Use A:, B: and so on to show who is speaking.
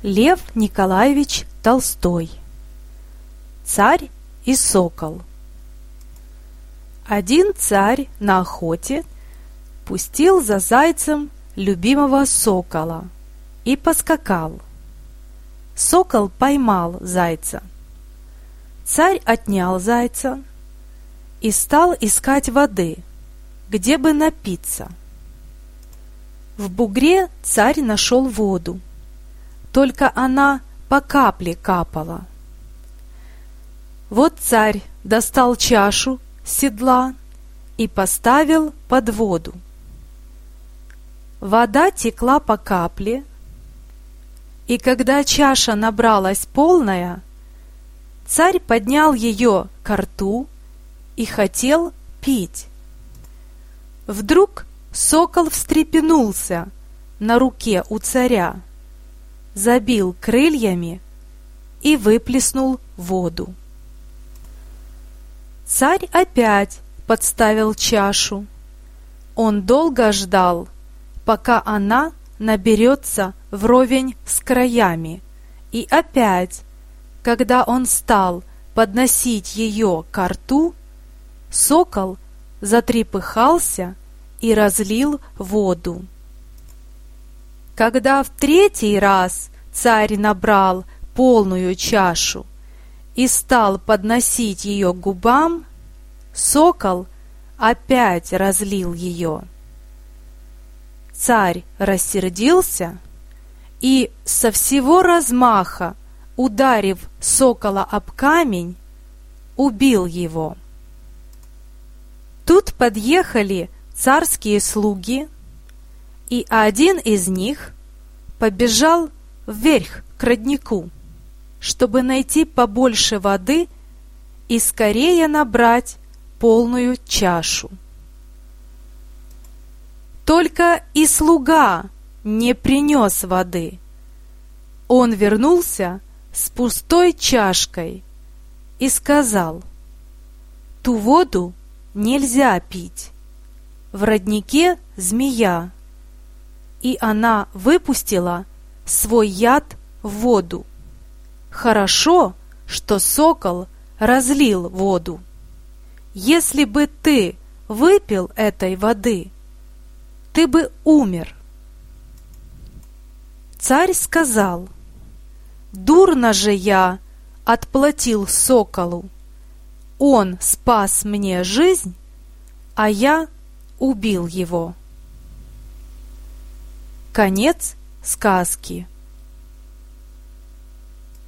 A: Лев Николаевич Толстой. Царь и сокол. Один царь на охоте пустил за зайцем любимого сокола и поскакал. Сокол поймал зайца. Царь отнял зайца и стал искать воды, где бы напиться. В бугре царь нашел воду, только она по капле капала. Вот царь достал чашу с седла и поставил под воду. Вода текла по капле, и когда чаша набралась полная, царь поднял ее ко рту и хотел пить. Вдруг сокол встрепенулся на руке у царя, забил крыльями и выплеснул воду. Царь опять подставил чашу. Он долго ждал, пока она наберется вровень с краями, и опять, когда он стал подносить ее ко рту, сокол затрепыхался и разлил воду. Когда в третий раз царь набрал полную чашу и стал подносить ее к губам, сокол опять разлил ее. Царь рассердился и со всего размаха, ударив сокола об камень, убил его. Тут подъехали царские слуги, и один из них побежал вверх к роднику, чтобы найти побольше воды и скорее набрать полную чашу. Только и слуга не принес воды. Он вернулся с пустой чашкой и сказал: «Ту воду нельзя пить. В роднике змея, и она выпустила свой яд в воду. Хорошо, что сокол разлил воду. Если бы ты выпил этой воды, ты бы умер». Царь сказал: «Дурно же я отплатил соколу. Он спас мне жизнь, а я убил его». Конец сказки.